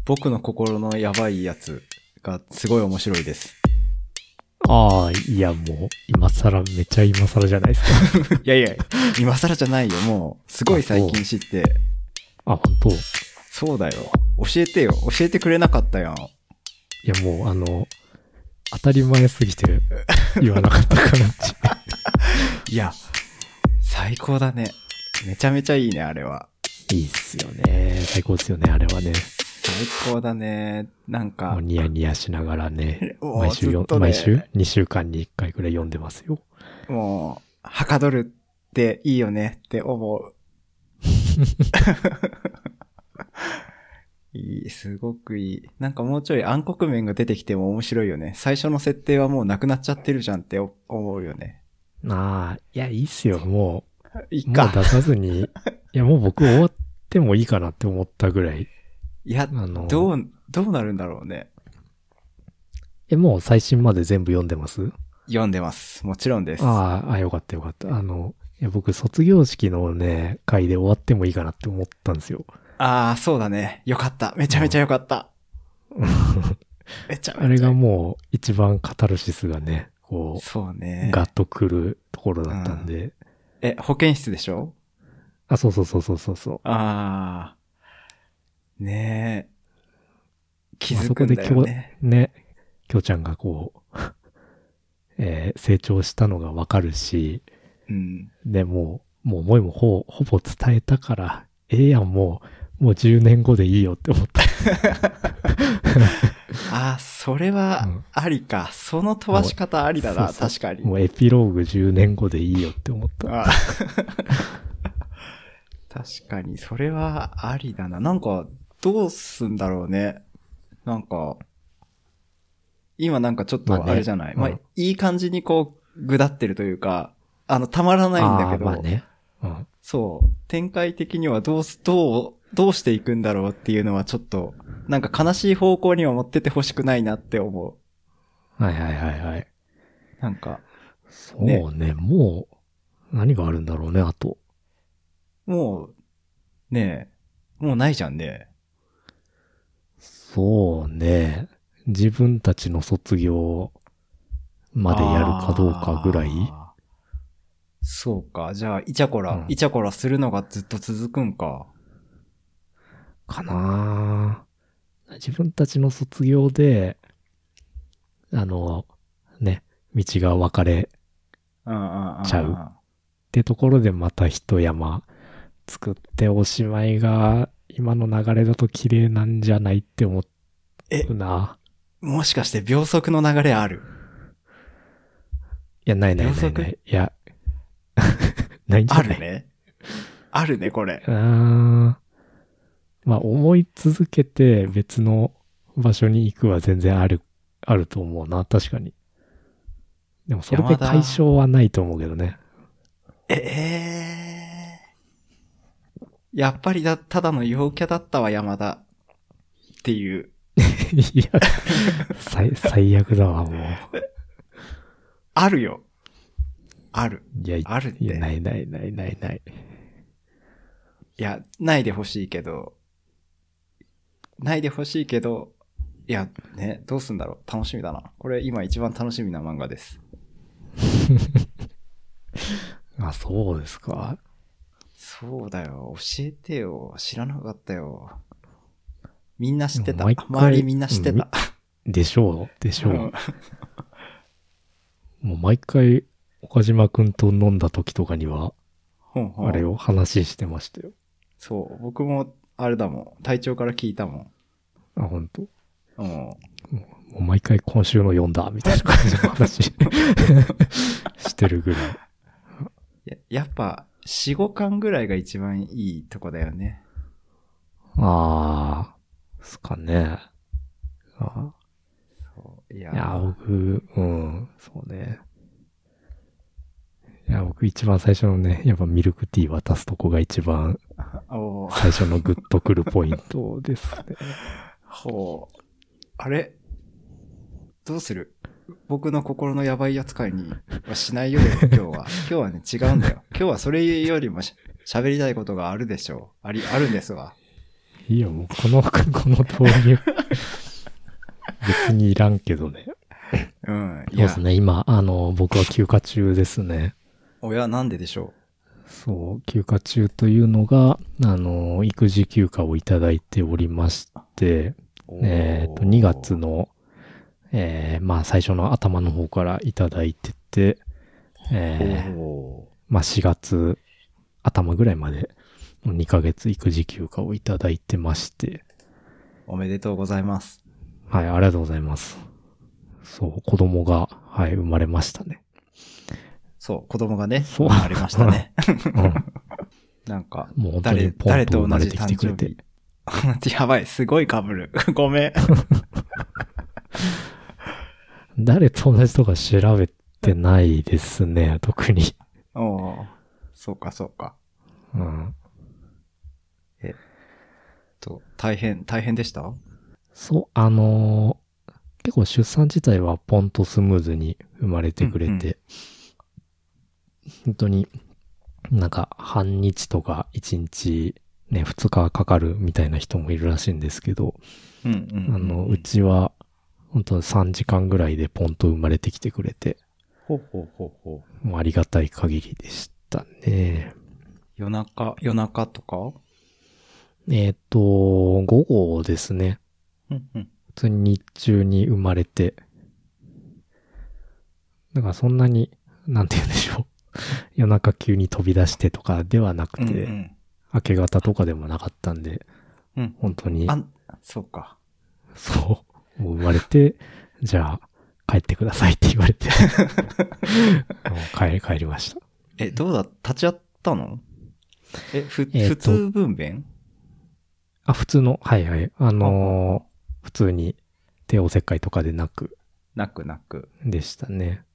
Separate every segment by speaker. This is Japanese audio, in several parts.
Speaker 1: 僕の心のやばいやつがすごい面白いです。
Speaker 2: ああ、いやもう、今更、めちゃ今更じゃないですか。
Speaker 1: いやいや、今更じゃないよ。もう、すごい最近知って。
Speaker 2: あ、本当。
Speaker 1: そうだよ。教えてよ。教えてくれなかったやん。
Speaker 2: いやもう当たり前すぎて言わなかったから
Speaker 1: いや、最高だね。めちゃめちゃいいね、あれは。
Speaker 2: いいっすよね。最高ですよね、あれはね。
Speaker 1: 最高だね。なんか。
Speaker 2: もうニヤニヤしながらね、
Speaker 1: 毎週
Speaker 2: 2週間に1回くらい読んでますよ。
Speaker 1: もう、はかどるっていいよねって思う。いい、すごくいい。なんかもうちょい暗黒面が出てきても面白いよね。最初の設定はもうなくなっちゃってるじゃんって思うよね。
Speaker 2: ああ、いや、いいっすよ、もう。
Speaker 1: いいか。
Speaker 2: もう出さずに。いや、もう僕終わってもいいかなって思ったぐらい。
Speaker 1: いや、どうなるんだろうね。
Speaker 2: もう最新まで全部読んでます？
Speaker 1: 読んでます。もちろんです。
Speaker 2: ああ、よかったよかった。いや僕卒業式のね、回で終わってもいいかなって思ったんですよ。
Speaker 1: ああ、そうだね。よかった。めちゃめちゃよかった。めちゃめちゃ。
Speaker 2: あれがもう一番カタルシスがね、こう、
Speaker 1: そうね。
Speaker 2: ガッとくるところだったんで。
Speaker 1: 保健室でしょ？
Speaker 2: あ、そう。
Speaker 1: ああ。ねえ。気
Speaker 2: づ
Speaker 1: くんだよね。
Speaker 2: あそこできょうちゃんがこう、成長したのがわかるし、
Speaker 1: うん。
Speaker 2: で、もう思いもほぼ伝えたから、やん、もう10年後でいいよって思った。
Speaker 1: ああ、それはありか。その飛ばし方ありだな、
Speaker 2: そう
Speaker 1: 確かに。
Speaker 2: もうエピローグ10年後でいいよって思った。
Speaker 1: 確かに、それはありだな。なんか、どうすんだろうね。なんか、今なんかちょっとあれじゃない。まあ、いい感じにこう、ぐだってるというか、たまらないんだけど、そう、展開的にはどうしていくんだろうっていうのはちょっと、なんか悲しい方向には持っててほしくないなって思
Speaker 2: う。はい。
Speaker 1: なんか。
Speaker 2: そうね、もう、何があるんだろうね、あと。
Speaker 1: もうないじゃんね。
Speaker 2: そうね、自分たちの卒業までやるかどうかぐらい。
Speaker 1: そうか。じゃあ、イチャコラするのがずっと続くんか。
Speaker 2: かなぁ。自分たちの卒業で、道が分かれちゃうってところでまた一山作っておしまいが今の流れだと綺麗なんじゃないって思うな。
Speaker 1: もしかして秒速の流れある？
Speaker 2: いや、ない。いや、ないんじゃない？
Speaker 1: あるね、これ。
Speaker 2: まあ、思い続けて別の場所に行くは全然あると思うな、確かに。でもそれで解消はないと思うけどね。
Speaker 1: やっぱりただの陽キャだったわ、山田。っていう。
Speaker 2: いや、最悪だわ、もう。
Speaker 1: あるよ。ある。
Speaker 2: いや、
Speaker 1: あるって。
Speaker 2: いや、ない。
Speaker 1: いや、ないでほしいけど、いや、ね、どうすんだろう。楽しみだな。これ今一番楽しみな漫画です。
Speaker 2: あ、そうですか。
Speaker 1: そうだよ。教えてよ。知らなかったよ。みんな知ってた。周りみんな知ってた。
Speaker 2: でしょう。もう毎回、岡島くんと飲んだ時とかには、あれを話してましたよ。
Speaker 1: そう。僕も、あれだもん。隊長から聞いたもん。
Speaker 2: あ、ほんと。
Speaker 1: も
Speaker 2: う毎回今週の読んだ、みたいな感じの話してるぐらい。
Speaker 1: やっぱ、4、5巻ぐらいが一番いいとこだよね。
Speaker 2: すかね。
Speaker 1: そういや
Speaker 2: 僕、そうね。いや、僕一番最初のね、やっぱミルクティー渡すとこが一番最初のグッとくるポイントですね。
Speaker 1: あれどうする？僕の心のやばい扱いにはしないようよ、今日は。今日はね、違うんだよ。今日はそれよりも喋りたいことがあるでしょう。あるんですわ。
Speaker 2: いや、もうこの導入、別にいらんけどね。
Speaker 1: うん。
Speaker 2: そうですね。今、僕は休暇中ですね。
Speaker 1: 親なんででしょ
Speaker 2: そう、休暇中というのが、育児休暇をいただいておりまして、
Speaker 1: う。
Speaker 2: 2月の、まあ最初の頭の方からいただいてて、まあ4月頭ぐらいまで2ヶ月育児休暇をいただいてまして。
Speaker 1: おめでとうございます。
Speaker 2: はい、ありがとうございます。そう、子供が、はい、生まれましたね。
Speaker 1: そう、子供がね、
Speaker 2: そう
Speaker 1: 生まれましたね。
Speaker 2: うん。
Speaker 1: なんか、
Speaker 2: もう本当にポンと生まれてきてくれて。
Speaker 1: やばい、すごい被る。ごめん。
Speaker 2: 誰と同じとか調べてないですね、特に。
Speaker 1: おー、そうかそうか。
Speaker 2: うん。
Speaker 1: 大変でした？
Speaker 2: そう、結構出産自体はポンとスムーズに生まれてくれて、本当になんか半日とか1日ね、2日かかるみたいな人もいるらしいんですけど、うちは本当に3時間ぐらいでポンと生まれてきてくれて、
Speaker 1: ほう。
Speaker 2: もうありがたい限りでしたね。
Speaker 1: 夜中とか？
Speaker 2: 午後ですね。普通に日中に生まれて、だからそんなに、なんて言うんでしょう。夜中急に飛び出してとかではなくて、明け方とかでもなかったんで、本当に。
Speaker 1: そうか。
Speaker 2: そう。もう生まれて、じゃあ帰ってくださいって言われて帰りました。
Speaker 1: どうだ、立ち会ったの？普通分娩？
Speaker 2: 普通の、はいはい。普通に帝王切開とかでなく。でしたね。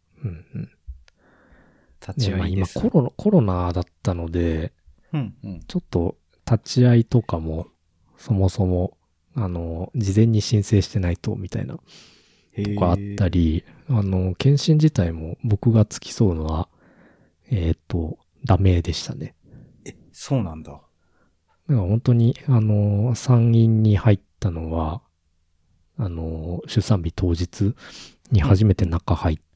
Speaker 1: 立ち会いです。
Speaker 2: 今コロナだったので、ちょっと立ち会いとかも、そもそも、事前に申請してないと、みたいな、とかあったり、検診自体も僕が付き添うのは、ダメでしたね。
Speaker 1: そうなんだ。
Speaker 2: だから本当に、産院に入ったのは、出産日当日に初めて中入って、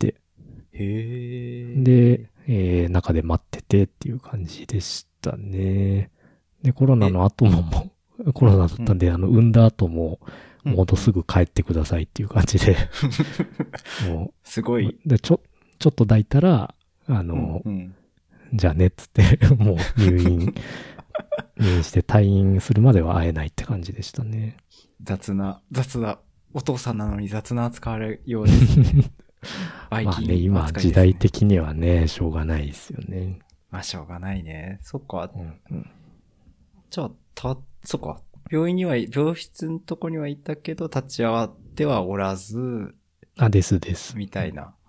Speaker 2: で、中で待っててっていう感じでしたね。で、コロナの後もコロナだったんで、産んだ後も、もうほんとすぐ帰ってくださいっていう感じで、もう、
Speaker 1: すごい。
Speaker 2: で、ちょっと抱いたら、じゃあねっつって、もう入院して退院するまでは会えないって感じでしたね。
Speaker 1: 雑な、お父さんなのに雑な扱われようですね。
Speaker 2: まあね、今時代的にはね、しょうがないですよね。
Speaker 1: まあしょうがないね。そっか。じゃあ、そっか。病室のとこには行ったけど、立ち会ってはおらず。
Speaker 2: です。
Speaker 1: みたいな。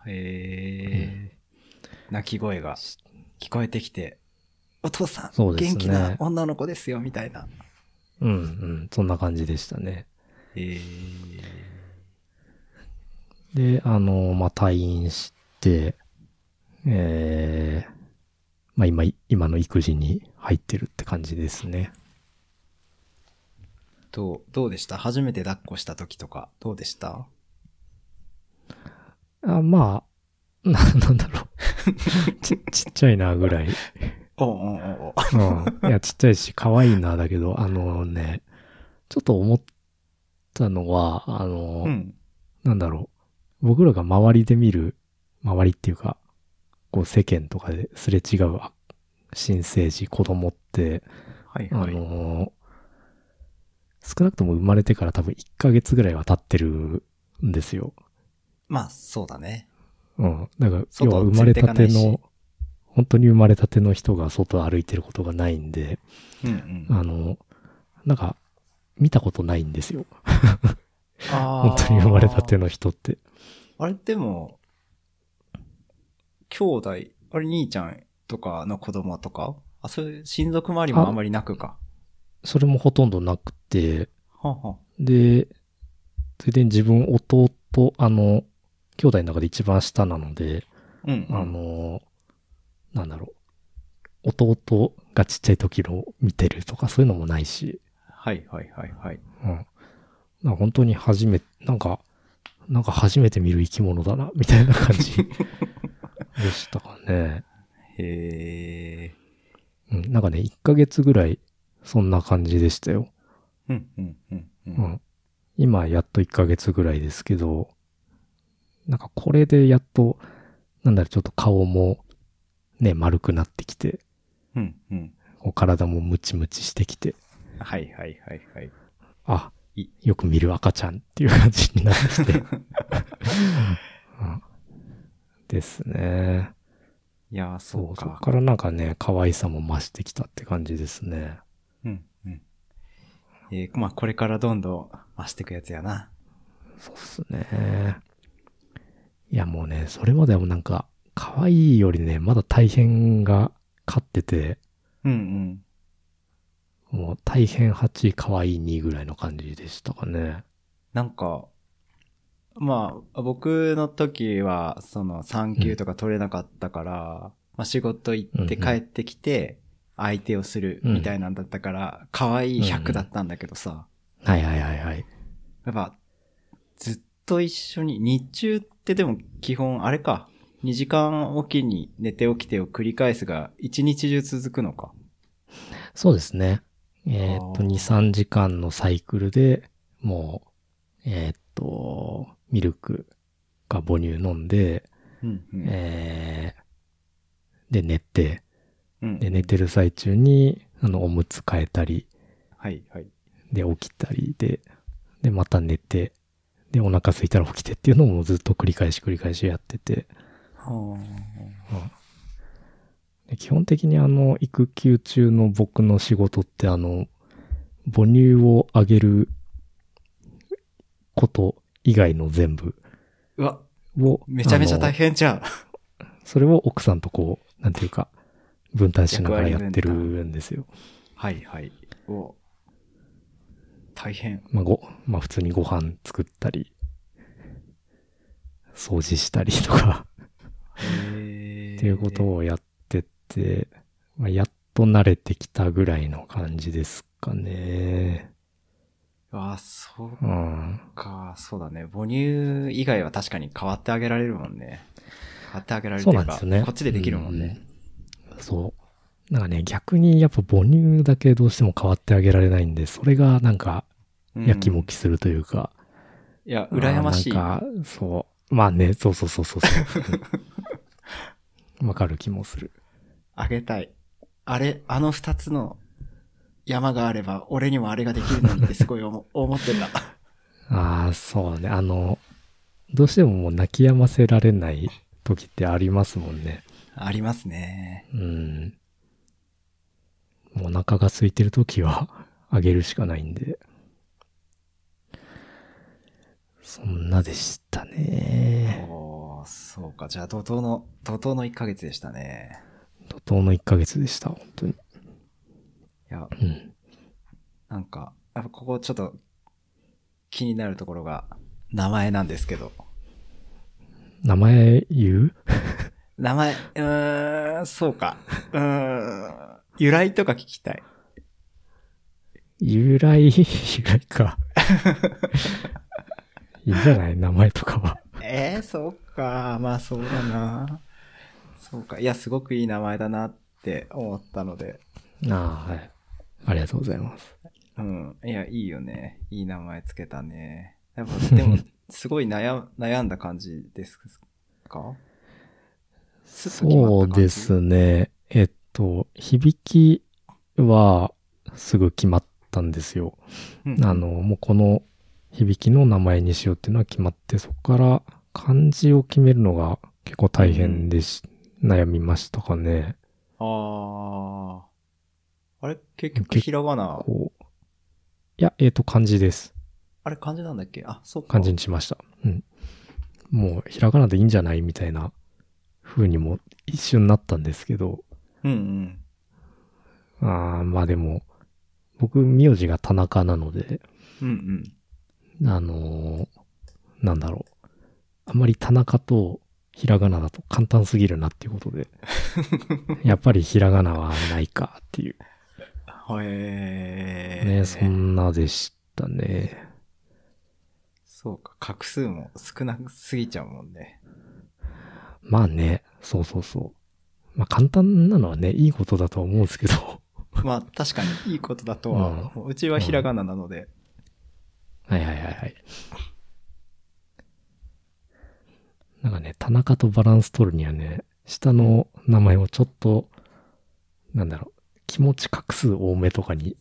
Speaker 1: 泣き声が聞こえてきて、お父さん、元気な女の子ですよ、みたいな。
Speaker 2: そんな感じでしたね。で、退院して、まあ今の育児に入ってるって感じですね。
Speaker 1: どうでした？初めて抱っこした時とか、どうでした？
Speaker 2: まあ、なんだろう。ちっちゃいなぐらい。いや、ちっちゃいし、可愛いな、だけど、ちょっと思ったのは、なんだろう。僕らが周りで見る、周りっていうか、こう世間とかですれ違う新生児、子供って、少なくとも生まれてから多分1ヶ月ぐらいは経ってるんですよ。
Speaker 1: まあ、そうだね。
Speaker 2: だから、要は生まれたての、本当に生まれたての人が外歩いてることがないんで、なんか、見たことないんですよ。本当に生まれたての人って。
Speaker 1: あれでも、兄弟、兄ちゃんとかの子供とかそういう親族周りもあんまりなくか。
Speaker 2: それもほとんどなくて、で、それで自分、弟、兄弟の中で一番下なので、なんだろう、弟がちっちゃい時の見てるとかそういうのもないし、
Speaker 1: はいはいはいはい。
Speaker 2: なんか本当になんか初めて見る生き物だな、みたいな感じでしたかね。
Speaker 1: へ
Speaker 2: なんかね、1ヶ月ぐらい、そんな感じでしたよ。
Speaker 1: うんうんうんうん。
Speaker 2: 今、やっと1ヶ月ぐらいですけど、なんかこれでやっと、なんだろう、ちょっと顔も、ね、丸くなってきて、
Speaker 1: うんうん。
Speaker 2: 体もムチムチしてきて、
Speaker 1: はいはいはいはい。
Speaker 2: あ、よく見る赤ちゃんっていう感じになってきて、ですね。
Speaker 1: いやー、そう
Speaker 2: そっ
Speaker 1: か。
Speaker 2: からなんかね、可愛さも増してきたって感じですね。
Speaker 1: うんうん。まあこれからどんどん増していくやつやな。
Speaker 2: そうっすね。いやもうね、それまでもなんか、可愛いよりね、まだ大変が勝ってて、
Speaker 1: うん
Speaker 2: もう大変8位可愛い2位ぐらいの感じでしたかね。
Speaker 1: なんか、まあ、僕の時は、産休とか取れなかったから、まあ仕事行って帰ってきて、相手をするみたいなんだったから、可愛い100だったんだけどさ。
Speaker 2: はいはいはいはい。
Speaker 1: やっぱ、ずっと一緒に、日中ってでも基本、あれか、2時間おきに寝て起きてを繰り返すが、1日中続くのか。
Speaker 2: そうですね。2、
Speaker 1: あ
Speaker 2: 3時間のサイクルでもう、ミルクか母乳飲んで、
Speaker 1: うんうん。
Speaker 2: で寝て、
Speaker 1: うん
Speaker 2: で寝てる最中に、おむつ替えたり、
Speaker 1: はいはい。
Speaker 2: で起きたりでまた寝て、でお腹空いたら起きてっていうのをずっと繰り返しやってて、
Speaker 1: は
Speaker 2: で基本的に育休中の僕の仕事って母乳をあげること以外の全部
Speaker 1: うわ、
Speaker 2: を、
Speaker 1: めちゃめちゃ大変じゃん。
Speaker 2: それを奥さんとこう、なんていうか、分担しながらやってる
Speaker 1: 役割分
Speaker 2: んですよ。
Speaker 1: はいはい。大変。
Speaker 2: まあ普通にご飯作ったり、掃除したりとかっていうことをやってて、まあ、やっと慣れてきたぐらいの感じですかね。
Speaker 1: あ、そう
Speaker 2: うん。
Speaker 1: か、そうだね。母乳以外は確かに変わってあげられるもんね。変わってあげられる
Speaker 2: そう
Speaker 1: というか、
Speaker 2: なんですよね。
Speaker 1: こっちでできるもんね。
Speaker 2: そう。なんかね、逆にやっぱ母乳だけどうしても変わってあげられないんで、それがなんか、やきもきするというか。
Speaker 1: いや、羨ましい。
Speaker 2: なんか、そう。まあね、そう。わかる気もする。
Speaker 1: あげたい。あの二つの山があれば、俺にもあれができるのにってすごい思ってた。
Speaker 2: ああ、そうね。どうしてももう泣き止ませられない時ってありますもんね。
Speaker 1: ありますね。
Speaker 2: もうお腹が空いてる時はあげるしかないんで。そんなでしたね。
Speaker 1: そうか。じゃあ、怒涛の1ヶ月でしたね。
Speaker 2: 怒涛の1ヶ月でした、本当に。い
Speaker 1: や、なんか、やっぱここちょっと気になるところが名前なんですけど。
Speaker 2: 名前言う
Speaker 1: 名前、そうか。由来とか聞きたい。
Speaker 2: 由来か。いいんじゃない名前とかは。
Speaker 1: そうか。まあそうだな。そうか。いや、すごくいい名前だなって思ったので。
Speaker 2: はい。ありがとうございます。
Speaker 1: いや、いいよね。いい名前つけたね。やっぱ、でも、すごい悩んだ感じですか？
Speaker 2: そうですね。響きはすぐ決まったんですよ。もうこの響きの名前にしようっていうのは決まって、そこから漢字を決めるのが結構大変で悩みましたかね。
Speaker 1: あれ結局ひらがな。
Speaker 2: いや、漢字です。
Speaker 1: あれ漢字なんだっけ？そうか。
Speaker 2: 漢字にしました。もうひらがなでいいんじゃないみたいな風にも一瞬なったんですけど。まあでも、僕、名字が田中なので、なんだろう。あんまり田中とひらがなだと簡単すぎるなっていうことで、やっぱりひらがなはないかっていう。 ね、そんなでしたね。
Speaker 1: そうか、画数も少なすぎちゃうもんね。
Speaker 2: まあね、そうそうそう。まあ簡単なのはね、いいことだとは思うんですけど。
Speaker 1: まあ確かにいいことだとは、うちはひらがななので。
Speaker 2: はいはいはいはい。なんかね、田中とバランス取るにはね、下の名前をちょっと、なんだろう、気持ち画数多めとかに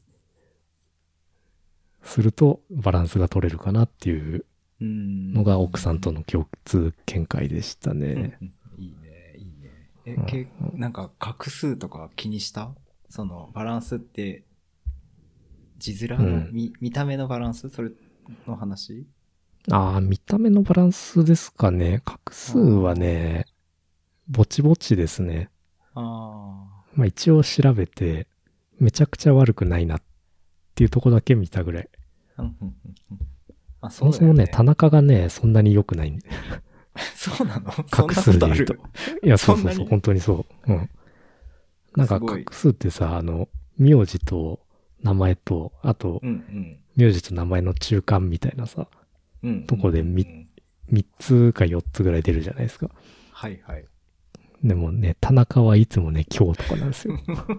Speaker 2: するとバランスが取れるかなっていうのが奥さんとの共通見解でしたね。
Speaker 1: いいね、いいね。なんか画数とか気にした？そのバランスって字面の、見た目のバランスそれの話？
Speaker 2: ああ、見た目のバランスですかね。画数はね、ぼちぼちですね。まあ一応調べて、めちゃくちゃ悪くないなっていうとこだけ見たぐらい。そもそもね、田中がね、そんなに良くないんで。
Speaker 1: そうなの？
Speaker 2: 画数で言うと。いや、そうそうそう、本当にそう。うん。なんか画数ってさ、名字と名前と、あと、名字と名前の中間みたいなさ、とこで3つか4つぐらい出るじゃないですか。
Speaker 1: はいはい。
Speaker 2: でもね、田中はいつもね、今日とかなんですよ。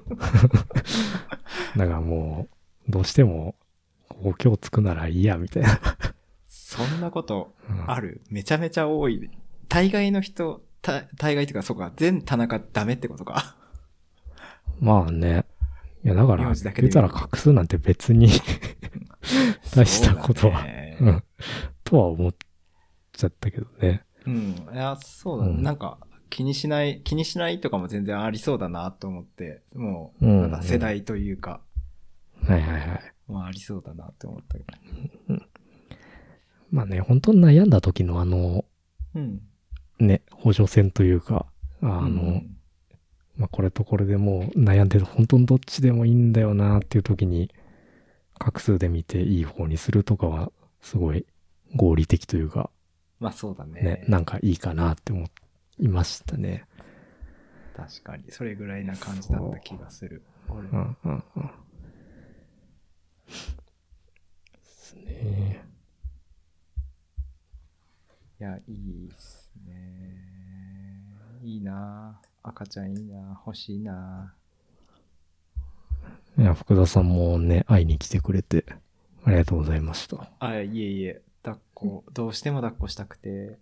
Speaker 2: だからもう、どうしても、ここ今日つくならいいや、みたいな。
Speaker 1: そんなことある？めちゃめちゃ多い。大概の人、大概っていうか、そうか、全田中ダメってことか。
Speaker 2: まあね。いや、だから、言ったら画数なんて別に大したことは、とは思っちゃったけどね。
Speaker 1: いや、そうだね。なんか、気にしないとかも全然ありそうだなと思って、もう、なんだ、世代というか。
Speaker 2: はいはいはい。
Speaker 1: まあ、ありそうだなって思ったけど。
Speaker 2: まあね、本当に悩んだ時のね、補助線というか、まあこれとこれでもう悩んでる、本当にどっちでもいいんだよなっていう時に、画数で見ていい方にするとかは、すごい合理的というか、
Speaker 1: まあそうだね。
Speaker 2: ね、なんかいいかなって思いましたね。
Speaker 1: 確かに、それぐらいな感じだった気がする。
Speaker 2: ですね。
Speaker 1: いや、いいっすね。いいな。赤ちゃんいいな。欲しいな。
Speaker 2: いや、福田さんもね、会いに来てくれて、ありがとうございました。
Speaker 1: いえいえ、どうしても抱っこしたくて。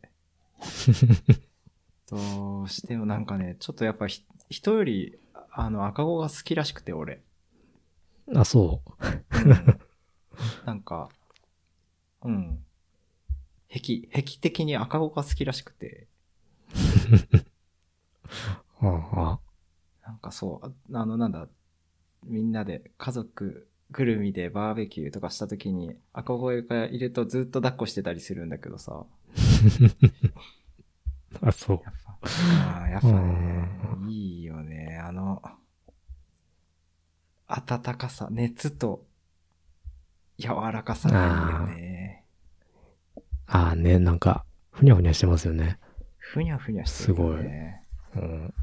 Speaker 1: どうしてもなんかね、ちょっとやっぱ人より、赤子が好きらしくて、俺。
Speaker 2: あ、そう。
Speaker 1: なんか、癖的に赤子が好きらしくて。なんかそう、なんだ、みんなで家族ぐるみでバーベキューとかした時に赤子がいるとずっと抱っこしてたりするんだけどさ。
Speaker 2: あ、そう。
Speaker 1: やっぱね、いいよね。暖かさ、熱と柔らかさがいいよね。
Speaker 2: ね、なんか、ふにゃふにゃしてますよね。
Speaker 1: ふにゃふにゃしてるよね。
Speaker 2: すごい。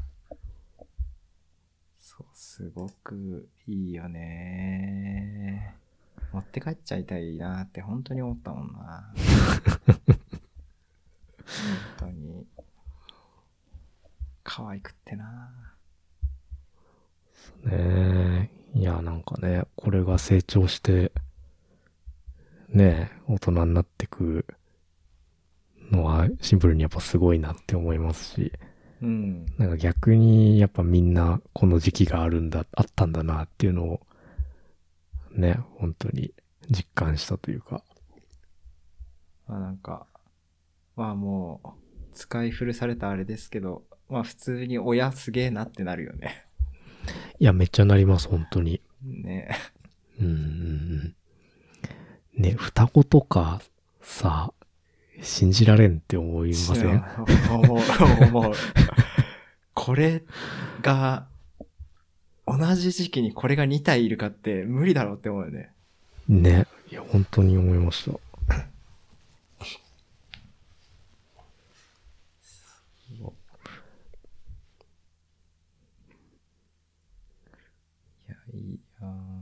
Speaker 1: そう、すごくいいよね。持って帰っちゃいたいなって本当に思ったもんな。本当に。可愛くってな。
Speaker 2: ねえ。いや、なんかね、これが成長して、ねえ、大人になってくのはシンプルにやっぱすごいなって思いますし、なんか逆にやっぱみんなこの時期があったんだなっていうのを、ね、本当に実感したというか。
Speaker 1: まあなんか、まあもう、使い古されたあれですけど、まあ普通に親すげえなってなるよね。
Speaker 2: いや、めっちゃなります、本当に。
Speaker 1: ね。
Speaker 2: ね、双子とかさ、信じられんって思いません？
Speaker 1: 思う。これが、同じ時期にこれが2体いるかって無理だろうって思うよね。
Speaker 2: ね。いや、本当に思いました。
Speaker 1: いや、いいな。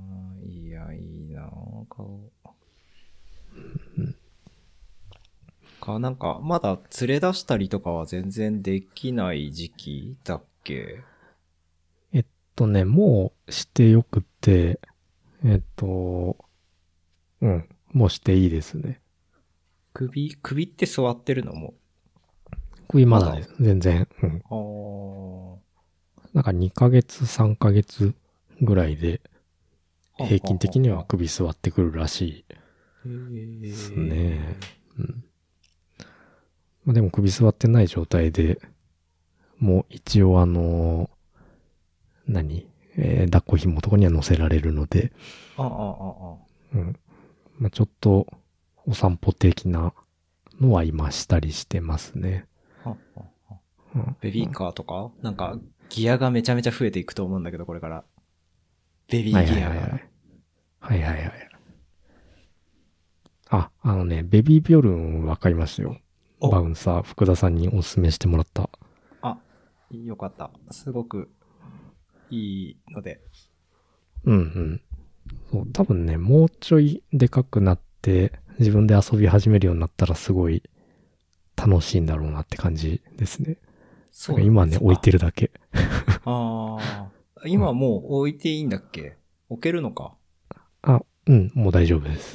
Speaker 1: なんか、まだ連れ出したりとかは全然できない時期だっけ？
Speaker 2: もうしてよくて、うん、もうしていいですね。
Speaker 1: 首って座ってるのも？
Speaker 2: 首まだです。全然。うん。
Speaker 1: あー。
Speaker 2: なんか2ヶ月、3ヶ月ぐらいで、
Speaker 1: は
Speaker 2: 平均的には
Speaker 1: は
Speaker 2: 首座ってくるらしい
Speaker 1: へ
Speaker 2: です
Speaker 1: ー。
Speaker 2: ね。うん。まあ、でも首座ってない状態で、もう一応抱っこ紐とかには乗せられるので、うん。まあ、ちょっとお散歩的なのは今したりしてますね。うん、
Speaker 1: ベビーカーとかなんか、ギアがめちゃめちゃ増えていくと思うんだけど、これから。ベビーギアが。
Speaker 2: はいはいはい。あ、ベビービョルンわかりましたよ。バウンサー、福田さんにお勧めしてもらった。
Speaker 1: あ、よかった。すごくいいので。
Speaker 2: うんうん。そう、多分ね、もうちょいでかくなって、自分で遊び始めるようになったらすごい楽しいんだろうなって感じですね。そう、今ね、置いてるだけ。
Speaker 1: ああ。今もう置いていいんだっけ？置けるのか？
Speaker 2: あ、うん、もう大丈夫です。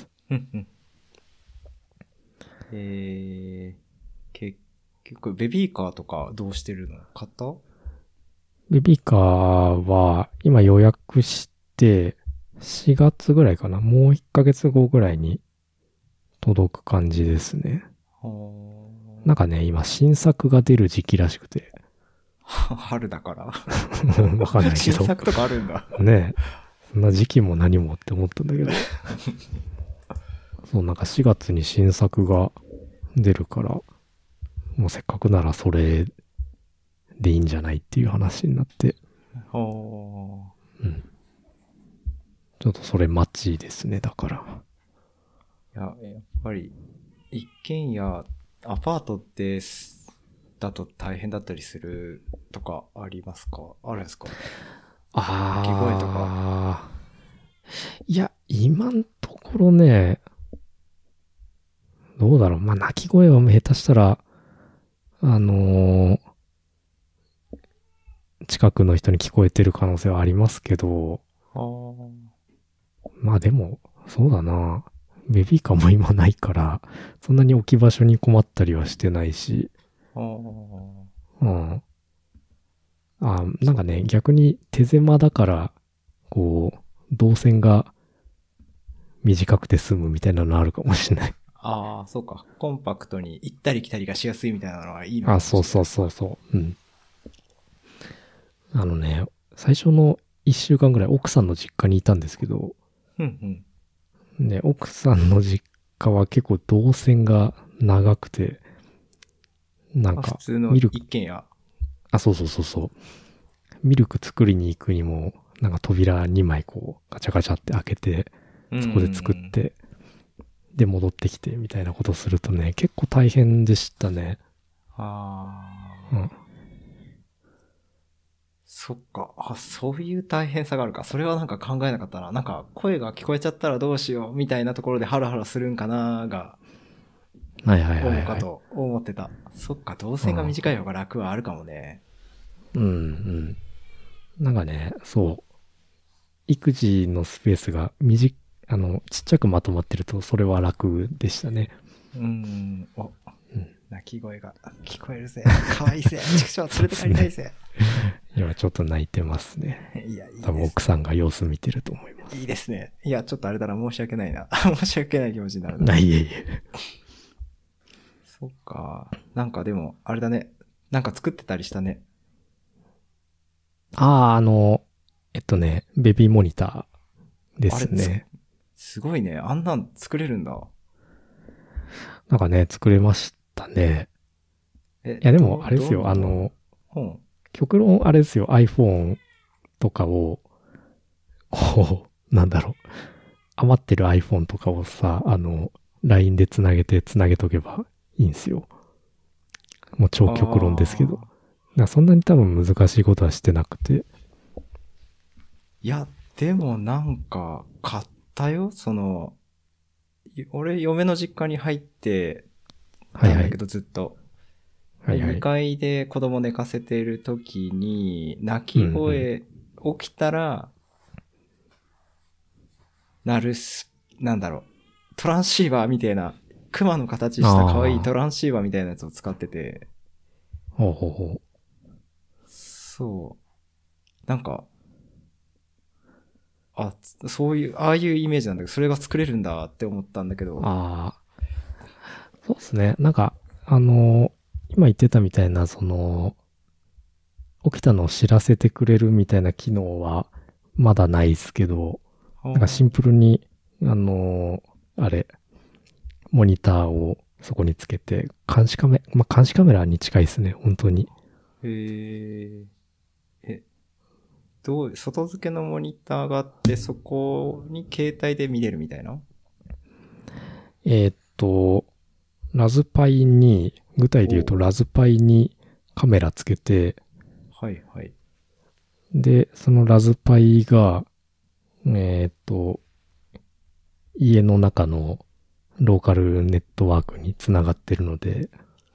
Speaker 1: 結局、ベビーカーとかどうしてるの？買った？
Speaker 2: ベビーカーは今予約して、4月ぐらいかな。もう1ヶ月後ぐらいに届く感じですね。なんかね、今新作が出る時期らしくて。
Speaker 1: 春だから
Speaker 2: わかんないけど。
Speaker 1: 新作とかあるんだ。
Speaker 2: ねえ。そんな時期も何もって思ったんだけど。そう、なんか4月に新作が出るから、もうせっかくならそれでいいんじゃないっていう話になって。うん。ちょっとそれ待ちですね、だから。
Speaker 1: やっぱり、一軒家、アパートってだと大変だったりするとかありますか？あるんですか？鳴き声とか。
Speaker 2: いや、今んところね、どうだろう。まあ、鳴き声は下手したら、近くの人に聞こえてる可能性はありますけど、まあでも、そうだな。ベビーカーも今ないから、そんなに置き場所に困ったりはしてないし、うん。なんかね、逆に手狭だから、こう、動線が短くて済むみたいなのあるかもしれない。
Speaker 1: ああ、そうか。コンパクトに行ったり来たりがしやすいみたいなのはいいのかもしれない。
Speaker 2: そう。うん。最初の1週間ぐらい奥さんの実家にいたんですけど、ね、奥さんの実家は結構動線が長くて、なんか、
Speaker 1: 普通の一軒家。
Speaker 2: そう。ミルク作りに行くにも、なんか扉2枚こう、ガチャガチャって開けて、そこで作って、で戻ってきてみたいなことするとね、結構大変でしたね。
Speaker 1: そっか。そういう大変さがあるか。それはなんか考えなかったな。なんか声が聞こえちゃったらどうしようみたいなところでハラハラするんかなが、思うかと思ってた。そっか、動線が短い方が楽はあるかもね。
Speaker 2: なんかね、そう。育児のスペースがちっちゃくまとまってると、それは楽でしたね。
Speaker 1: 泣き声が聞こえるぜ。かわいいぜ。畜生連れて帰りたいぜ。
Speaker 2: 今ちょっと泣いてますね。
Speaker 1: いや、いいですね。
Speaker 2: 多分奥さんが様子見てると思います。
Speaker 1: いいですね。いや、ちょっとあれだな。申し訳ないな。申し訳ない気持ちになる
Speaker 2: な。いえ。
Speaker 1: そっか。なんかでも、あれだね。なんか作ってたりしたね。
Speaker 2: ベビーモニターですね。
Speaker 1: すごいね。あんなん作れるんだ。
Speaker 2: なんかね、作れましたね。いや、でも、あれですよ、極論あれですよ、iPhone とかを、こう、なんだろう、余ってる iPhone とかをさ、LINE でつなげとけばいいんですよ。もう超極論ですけど。そんなに多分難しいことはしてなくて。
Speaker 1: いや、でもなんか、買ったよ。俺、嫁の実家に入って、 たんだけど、ずっと。
Speaker 2: はいはい。
Speaker 1: 2階で子供寝かせてる時に、泣き声、起きたら、なんだろう、トランシーバーみたいな、熊の形した可愛いトランシーバーみたいなやつを使ってて。
Speaker 2: ほうほうほう。
Speaker 1: そう。なんか、そういう、ああいうイメージなんだけど、それが作れるんだって思ったんだけど。
Speaker 2: ああ。そうですね。なんか、今言ってたみたいな、起きたのを知らせてくれるみたいな機能は、まだないですけど、なんかシンプルに、あれ、モニターをそこにつけて、監視カメラに近いですね、本当に。
Speaker 1: へえ。外付けのモニターがあって、そこに携帯で見れるみたいな？
Speaker 2: ラズパイに、具体で言うとラズパイにカメラつけて、
Speaker 1: はいはい。
Speaker 2: で、そのラズパイが、家の中のローカルネットワークにつながってるので、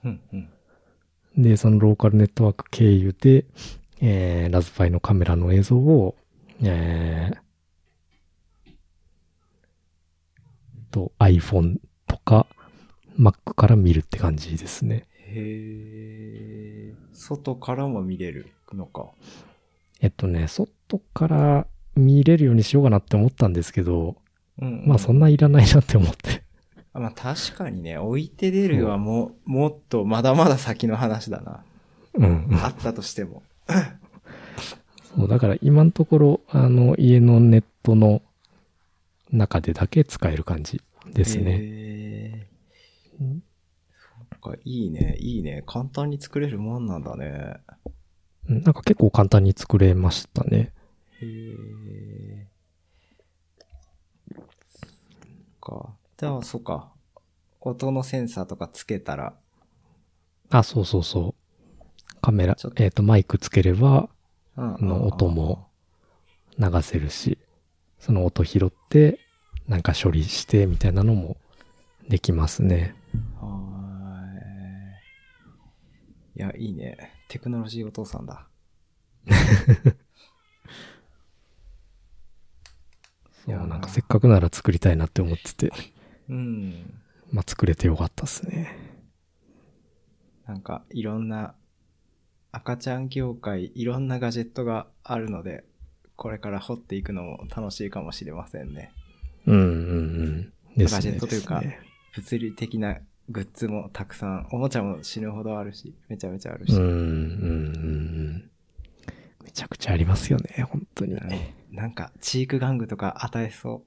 Speaker 2: で、そのローカルネットワーク経由で、ラズパイのカメラの映像を、iPhone とか Mac から見るって感じですね。
Speaker 1: へー。外からも見れるのか。
Speaker 2: 外から見れるようにしようかなって思ったんですけど、
Speaker 1: ま
Speaker 2: あそんないらないなって思って。
Speaker 1: まあ確かにね、置いて出るはもっとまだまだ先の話だな。あったとしても。
Speaker 2: そう、だから今のところ、家のネットの中でだけ使える感じですね。
Speaker 1: そっか、いいね。簡単に作れるもんなんだね。
Speaker 2: なんか結構簡単に作れましたね。
Speaker 1: じゃあ、そうか。音のセンサーとかつけたら。
Speaker 2: そうそうそう。カメラ、マイクつければ、音も流せるし、その音拾って、なんか処理してみたいなのもできますね。
Speaker 1: いや、いいね。テクノロジーお父さんだ。
Speaker 2: そう、なんかせっかくなら作りたいなって思ってて。まあ作れてよかったっすね。
Speaker 1: なんかいろんな赤ちゃん業界いろんなガジェットがあるので、これから掘っていくのも楽しいかもしれませんね。
Speaker 2: ですね。
Speaker 1: ガジェットというか、物理的なグッズもたくさん、おもちゃも死ぬほどあるし、めちゃめちゃあるし。
Speaker 2: めちゃくちゃありますよね、本当に。
Speaker 1: なんか、チーク玩具とか与えそう。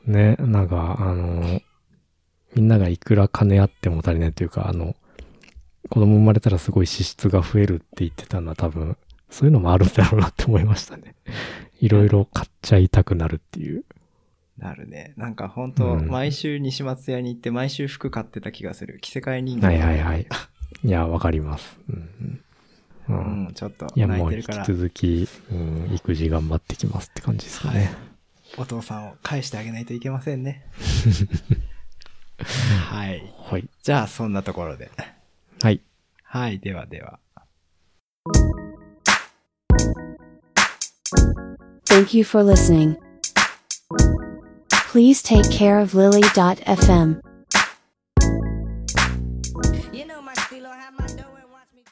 Speaker 2: ね、なんか、みんながいくら金あっても足りないというか、子供生まれたらすごい支出が増えるって言ってたのは多分、そういうのもあるんだろうなって思いましたね。いろいろ買っちゃいたくなるっていう。
Speaker 1: なるね。なんか本当、毎週西松屋に行って毎週服買ってた気がする。着せ替え人間。
Speaker 2: はい。いや、わかります。
Speaker 1: ちょっと
Speaker 2: いや、もう引き続き、育児頑張ってきますって感じですかね。
Speaker 1: お父さんを返してあげないといけませんね。はい。じゃあ、そんなところで。
Speaker 2: はい。
Speaker 1: はい、ではでは。
Speaker 3: Thank you for listening. Please take care of Lily.fm.